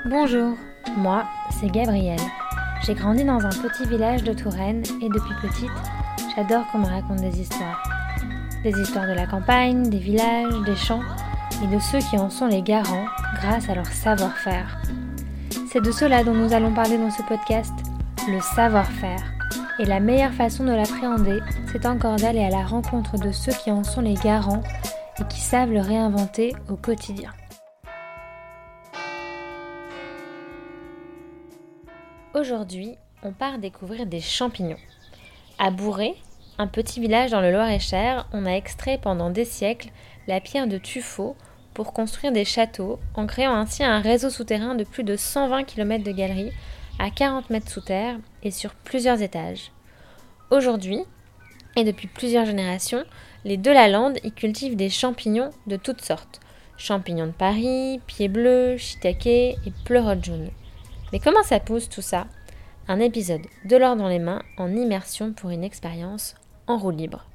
Bonjour, moi c'est Gabrielle. J'ai grandi dans un petit village de Touraine et depuis petite, j'adore qu'on me raconte des histoires. Des histoires de la campagne, des villages, des champs et de ceux qui en sont les garants grâce à leur savoir-faire. C'est de cela dont nous allons parler dans ce podcast, le savoir-faire. Et la meilleure façon de l'appréhender, c'est encore d'aller à la rencontre de ceux qui en sont les garants et qui savent le réinventer au quotidien. Aujourd'hui, on part découvrir des champignons. À Bourré, un petit village dans le Loir-et-Cher, on a extrait pendant des siècles la pierre de tuffeau pour construire des châteaux, en créant ainsi un réseau souterrain de plus de 120 km de galeries, à 40 mètres sous terre et sur plusieurs étages. Aujourd'hui, et depuis plusieurs générations, les Delalandes y cultivent des champignons de toutes sortes. Champignons de Paris, pieds bleus, shiitake et pleurote jaune. Mais comment ça pousse tout ça ? Un épisode de l'or dans les mains en immersion pour une expérience en roue libre.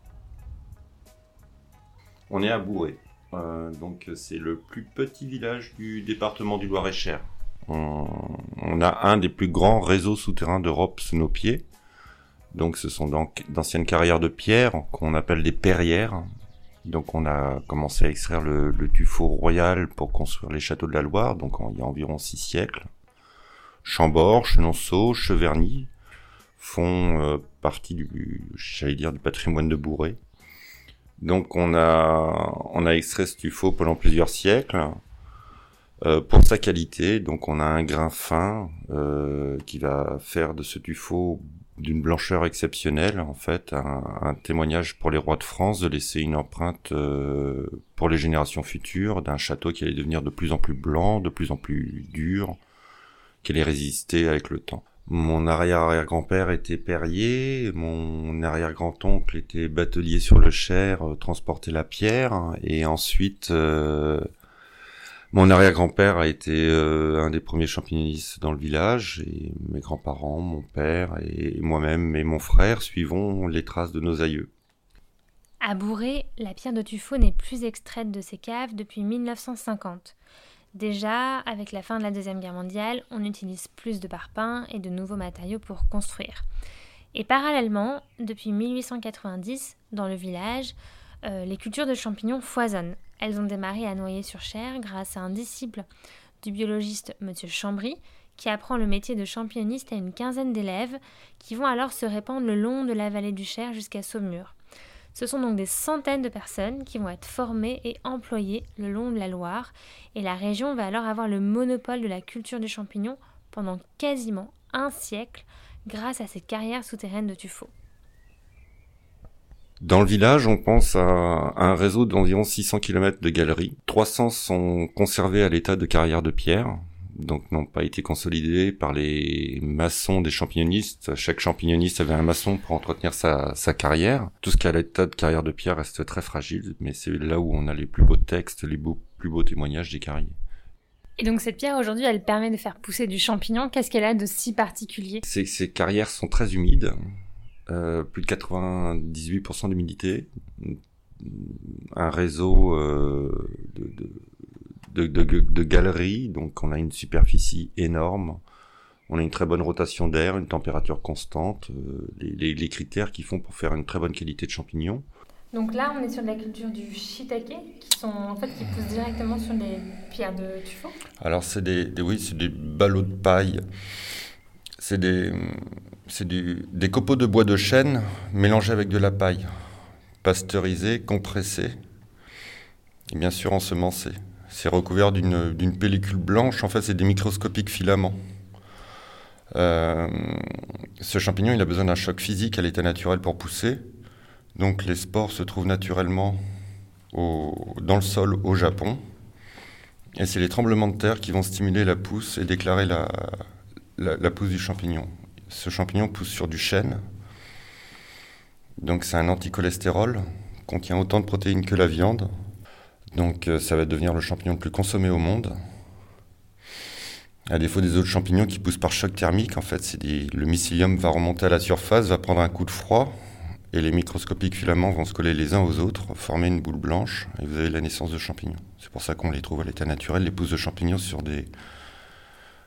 On est à Bourré, donc c'est le plus petit village du département du Loir-et-Cher. On a un des plus grands réseaux souterrains d'Europe sous nos pieds. Donc ce sont d'anciennes carrières de pierre qu'on appelle des perrières. Donc on a commencé à extraire le tuffeau royal pour construire les châteaux de la Loire, donc il y a environ 6 siècles. Chambord, Chenonceau, Cheverny font partie du patrimoine de Bourré. Donc on a extrait ce tuffeau pendant plusieurs siècles pour sa qualité. Donc on a un grain fin qui va faire de ce tuffeau d'une blancheur exceptionnelle, en fait, un témoignage pour les rois de France de laisser une empreinte pour les générations futures d'un château qui allait devenir de plus en plus blanc, de plus en plus dur, qui allait résister avec le temps. Mon arrière-arrière-grand-père était perrier, mon arrière-grand-oncle était batelier sur le Cher, transportait la pierre, et ensuite mon arrière-grand-père a été un des premiers champignonistes dans le village, et mes grands-parents, mon père et moi-même et mon frère suivons les traces de nos aïeux. À Bourré, la pierre de tuffeau n'est plus extraite de ses caves depuis 1950. Déjà, avec la fin de la Deuxième Guerre mondiale, on utilise plus de parpaings et de nouveaux matériaux pour construire. Et parallèlement, depuis 1890, dans le village, les cultures de champignons foisonnent. Elles ont démarré à Noyer-sur-Cher grâce à un disciple du biologiste M. Chambry qui apprend le métier de champignoniste à une quinzaine d'élèves qui vont alors se répandre le long de la vallée du Cher jusqu'à Saumur. Ce sont donc des centaines de personnes qui vont être formées et employées le long de la Loire et la région va alors avoir le monopole de la culture du champignon pendant quasiment un siècle grâce à ces carrières souterraines de tuffeau. Dans le village, on pense à un réseau d'environ 600 km de galeries. 300 sont conservés à l'état de carrières de pierre, donc n'ont pas été consolidés par les maçons des champignonnistes. Chaque champignoniste avait un maçon pour entretenir sa carrière. Tout ce qui est à l'état de carrière de pierre reste très fragile, mais c'est là où on a les plus beaux textes, plus beaux témoignages des carriers. Et donc cette pierre aujourd'hui, elle permet de faire pousser du champignon. Qu'est-ce qu'elle a de si particulier ? Ces carrières sont très humides. Plus de 98% d'humidité, un réseau de galeries, donc on a une superficie énorme, on a une très bonne rotation d'air, une température constante, les critères qui font pour faire une très bonne qualité de champignons. Donc là, on est sur de la culture du shiitake, qui poussent directement sur les pierres de tuffeau. Alors c'est des ballots de paille. C'est des copeaux de bois de chêne mélangés avec de la paille, pasteurisés, compressés et bien sûr ensemencés. C'est recouvert d'une pellicule blanche, en fait c'est des microscopiques filaments. Ce champignon il a besoin d'un choc physique à l'état naturel pour pousser, donc les spores se trouvent naturellement dans le sol au Japon, et c'est les tremblements de terre qui vont stimuler la pousse et déclarer la pousse du champignon. Ce champignon pousse sur du chêne, donc c'est un anticholestérol, contient autant de protéines que la viande, donc ça va devenir le champignon le plus consommé au monde. À défaut des autres champignons qui poussent par choc thermique, en fait, le mycélium va remonter à la surface, va prendre un coup de froid, et les microscopiques filaments vont se coller les uns aux autres, former une boule blanche, et vous avez la naissance de champignons. C'est pour ça qu'on les trouve à l'état naturel, les pousses de champignons sur des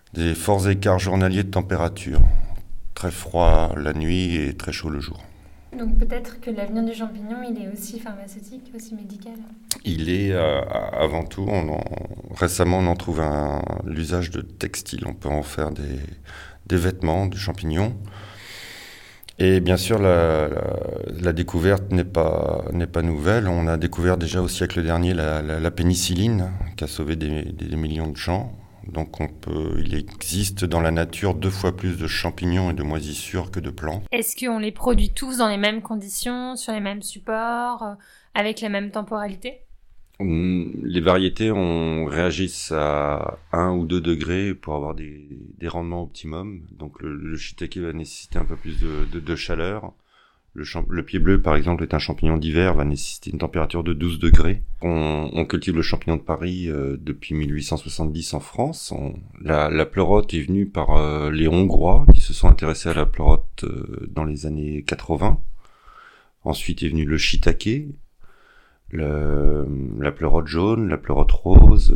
Des forts écarts journaliers de température. Très froid la nuit et très chaud le jour. Donc peut-être que l'avenir du champignon, il est aussi pharmaceutique, aussi médical. Il est avant tout, récemment on en trouve l'usage de textile. On peut en faire des vêtements de champignons. Et bien sûr, la découverte n'est pas nouvelle. On a découvert déjà au siècle dernier la pénicilline qui a sauvé des millions de gens. Donc il existe dans la nature 2 fois plus de champignons et de moisissures que de plantes. Est-ce qu'on les produit tous dans les mêmes conditions, sur les mêmes supports, avec la même temporalité ? Les variétés réagissent à 1 ou 2 degrés pour avoir des rendements optimum. Donc le shiitake va nécessiter un peu plus de chaleur. Le pied bleu, par exemple, est un champignon d'hiver, va nécessiter une température de 12 degrés. On cultive le champignon de Paris depuis 1870 en France. La pleurote est venue par les Hongrois qui se sont intéressés à la pleurote dans les années 80. Ensuite est venu le shiitake, la pleurote jaune, la pleurote rose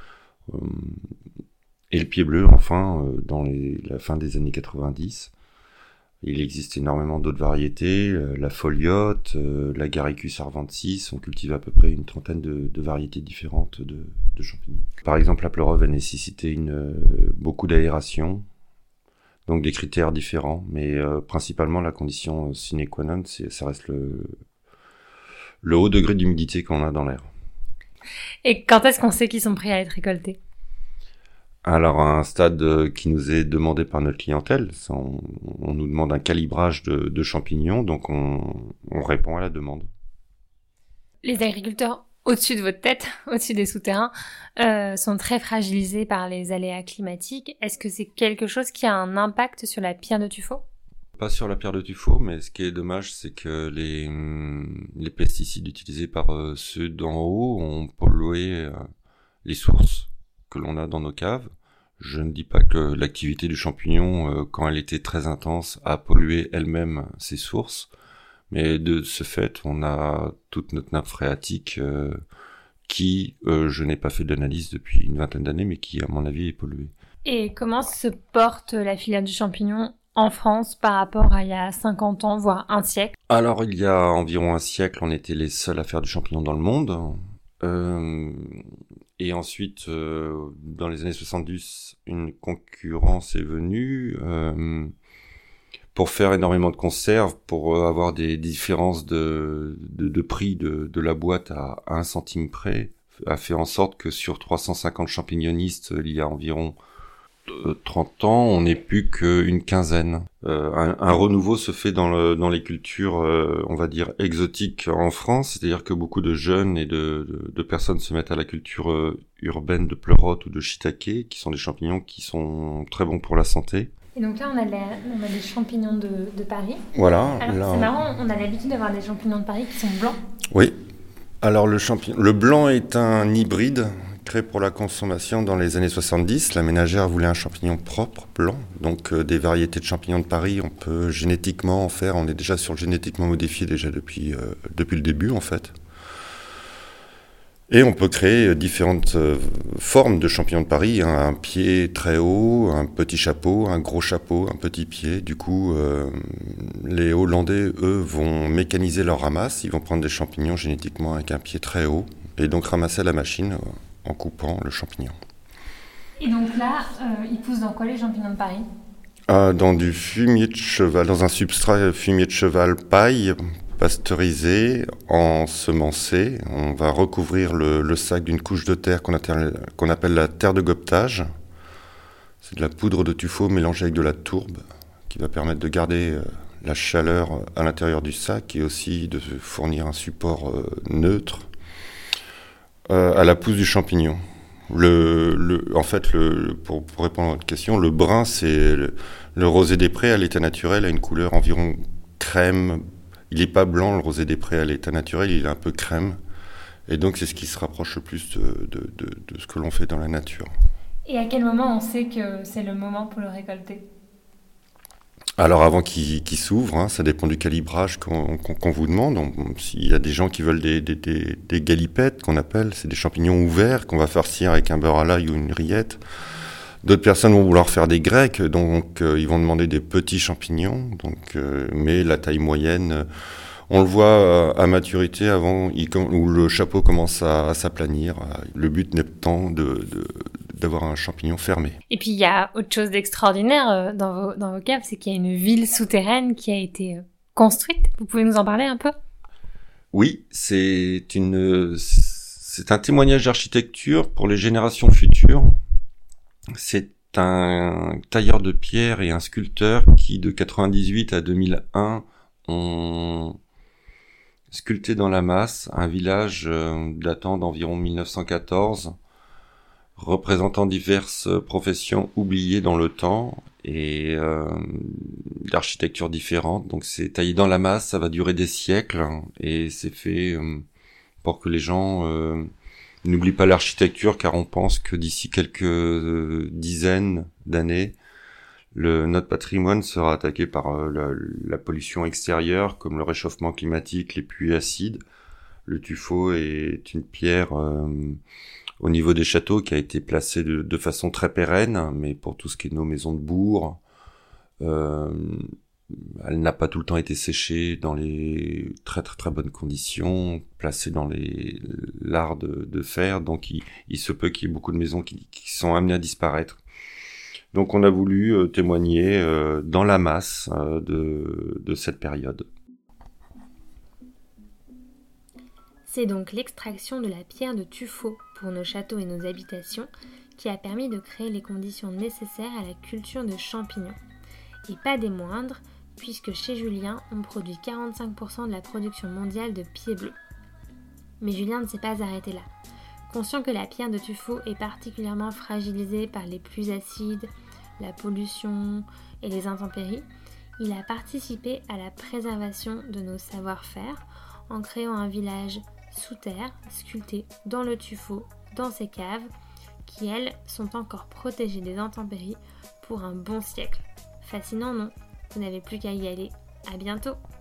et le pied bleu, enfin, dans la fin des années 90. Il existe énormément d'autres variétés, la foliote, l'Agaricus arvensis, on cultive à peu près une trentaine de variétés différentes de champignons. Par exemple, la pleurote va nécessiter beaucoup d'aération, donc des critères différents, mais principalement la condition sine qua non, ça reste le haut degré d'humidité qu'on a dans l'air. Et quand est-ce qu'on sait qu'ils sont prêts à être récoltés ? Alors, à un stade qui nous est demandé par notre clientèle, on nous demande un calibrage de champignons, donc on répond à la demande. Les agriculteurs au-dessus de votre tête, au-dessus des souterrains, sont très fragilisés par les aléas climatiques. Est-ce que c'est quelque chose qui a un impact sur la pierre de tuffeau ? Pas sur la pierre de tuffeau, mais ce qui est dommage, c'est que les pesticides utilisés par ceux d'en haut ont pollué les sources que l'on a dans nos caves. Je ne dis pas que l'activité du champignon, quand elle était très intense, a pollué elle-même ses sources, mais de ce fait, on a toute notre nappe phréatique qui, je n'ai pas fait d'analyse depuis une vingtaine d'années, mais qui, à mon avis, est polluée. Et comment se porte la filière du champignon en France par rapport à il y a 50 ans, voire un siècle ? Alors, il y a environ un siècle, on était les seuls à faire du champignon dans le monde. Et ensuite, dans les années 70, une concurrence est venue pour faire énormément de conserves, pour avoir des différences de prix de la boîte à 1 centime près, a fait en sorte que sur 350 champignonistes, il y a environ 30 ans, on n'est plus qu'une quinzaine. Un renouveau se fait dans les cultures, on va dire, exotiques en France, c'est-à-dire que beaucoup de jeunes et de personnes se mettent à la culture urbaine de pleurote ou de shiitake, qui sont des champignons qui sont très bons pour la santé. Et donc là, on a des champignons de Paris. Voilà. Alors, là, c'est marrant, on a l'habitude d'avoir des champignons de Paris qui sont blancs. Oui. Alors le blanc est un hybride créé pour la consommation dans les années 70. La ménagère voulait un champignon propre, blanc. Donc des variétés de champignons de Paris, on peut génétiquement en faire. On est déjà sur le génétiquement modifié déjà depuis le début en fait. Et on peut créer différentes formes de champignons de Paris. Un pied très haut, un petit chapeau, un gros chapeau, un petit pied. Du coup, les Hollandais, eux, vont mécaniser leur ramasse. Ils vont prendre des champignons génétiquement avec un pied très haut et donc ramasser à la machine en coupant le champignon. Et donc là, ils poussent dans quoi les champignons de Paris ? Dans du fumier de cheval, dans un substrat fumier de cheval paille, pasteurisé, ensemencé. On va recouvrir le sac d'une couche de terre qu'on appelle la terre de gobetage. C'est de la poudre de tuffeau mélangée avec de la tourbe qui va permettre de garder la chaleur à l'intérieur du sac et aussi de fournir un support neutre à la pousse du champignon. En fait, pour répondre à votre question, le brun, c'est le rosé des prés à l'état naturel, a une couleur environ crème. Il n'est pas blanc, le rosé des prés à l'état naturel, il est un peu crème. Et donc, c'est ce qui se rapproche le plus de ce que l'on fait dans la nature. Et à quel moment on sait que c'est le moment pour le récolter ? Alors, avant qu'il s'ouvre, ça dépend du calibrage qu'on vous demande. S'il y a des gens qui veulent des galipettes, qu'on appelle, c'est des champignons ouverts qu'on va farcir avec un beurre à l'ail ou une rillette. D'autres personnes vont vouloir faire des grecs, donc ils vont demander des petits champignons, mais la taille moyenne, on le voit à maturité avant où le chapeau commence à s'aplanir. Le but n'est pas d'avoir un champignon fermé. Et puis il y a autre chose d'extraordinaire dans vos caves, c'est qu'il y a une ville souterraine qui a été construite. Vous pouvez nous en parler un peu ? Oui, c'est un témoignage d'architecture pour les générations futures. C'est un tailleur de pierre et un sculpteur qui, de 98 à 2001, ont sculpté dans la masse un village datant d'environ 1914, représentant diverses professions oubliées dans le temps et d'architecture différente. Donc c'est taillé dans la masse, ça va durer des siècles et c'est fait pour que les gens n'oublient pas l'architecture, car on pense que d'ici quelques dizaines d'années, notre patrimoine sera attaqué par la pollution extérieure, comme le réchauffement climatique, les pluies acides. Le tuffeau est une pierre au niveau des châteaux qui a été placée de façon très pérenne, mais pour tout ce qui est nos maisons de bourg, elle n'a pas tout le temps été séchée dans les très très très bonnes conditions, placée dans les lares de fer, donc il se peut qu'il y ait beaucoup de maisons qui sont amenées à disparaître. Donc on a voulu témoigner dans la masse de cette période. C'est donc l'extraction de la pierre de tuffeau pour nos châteaux et nos habitations qui a permis de créer les conditions nécessaires à la culture de champignons. Et pas des moindres, puisque chez Julien, on produit 45% de la production mondiale de pieds bleus. Mais Julien ne s'est pas arrêté là. Conscient que la pierre de tuffeau est particulièrement fragilisée par les pluies acides, la pollution et les intempéries, il a participé à la préservation de nos savoir-faire en créant un village sous terre, sculpté dans le tuffeau, dans ses caves, qui elles sont encore protégées des intempéries pour un bon siècle. Fascinant, non ? Vous n'avez plus qu'à y aller. À bientôt!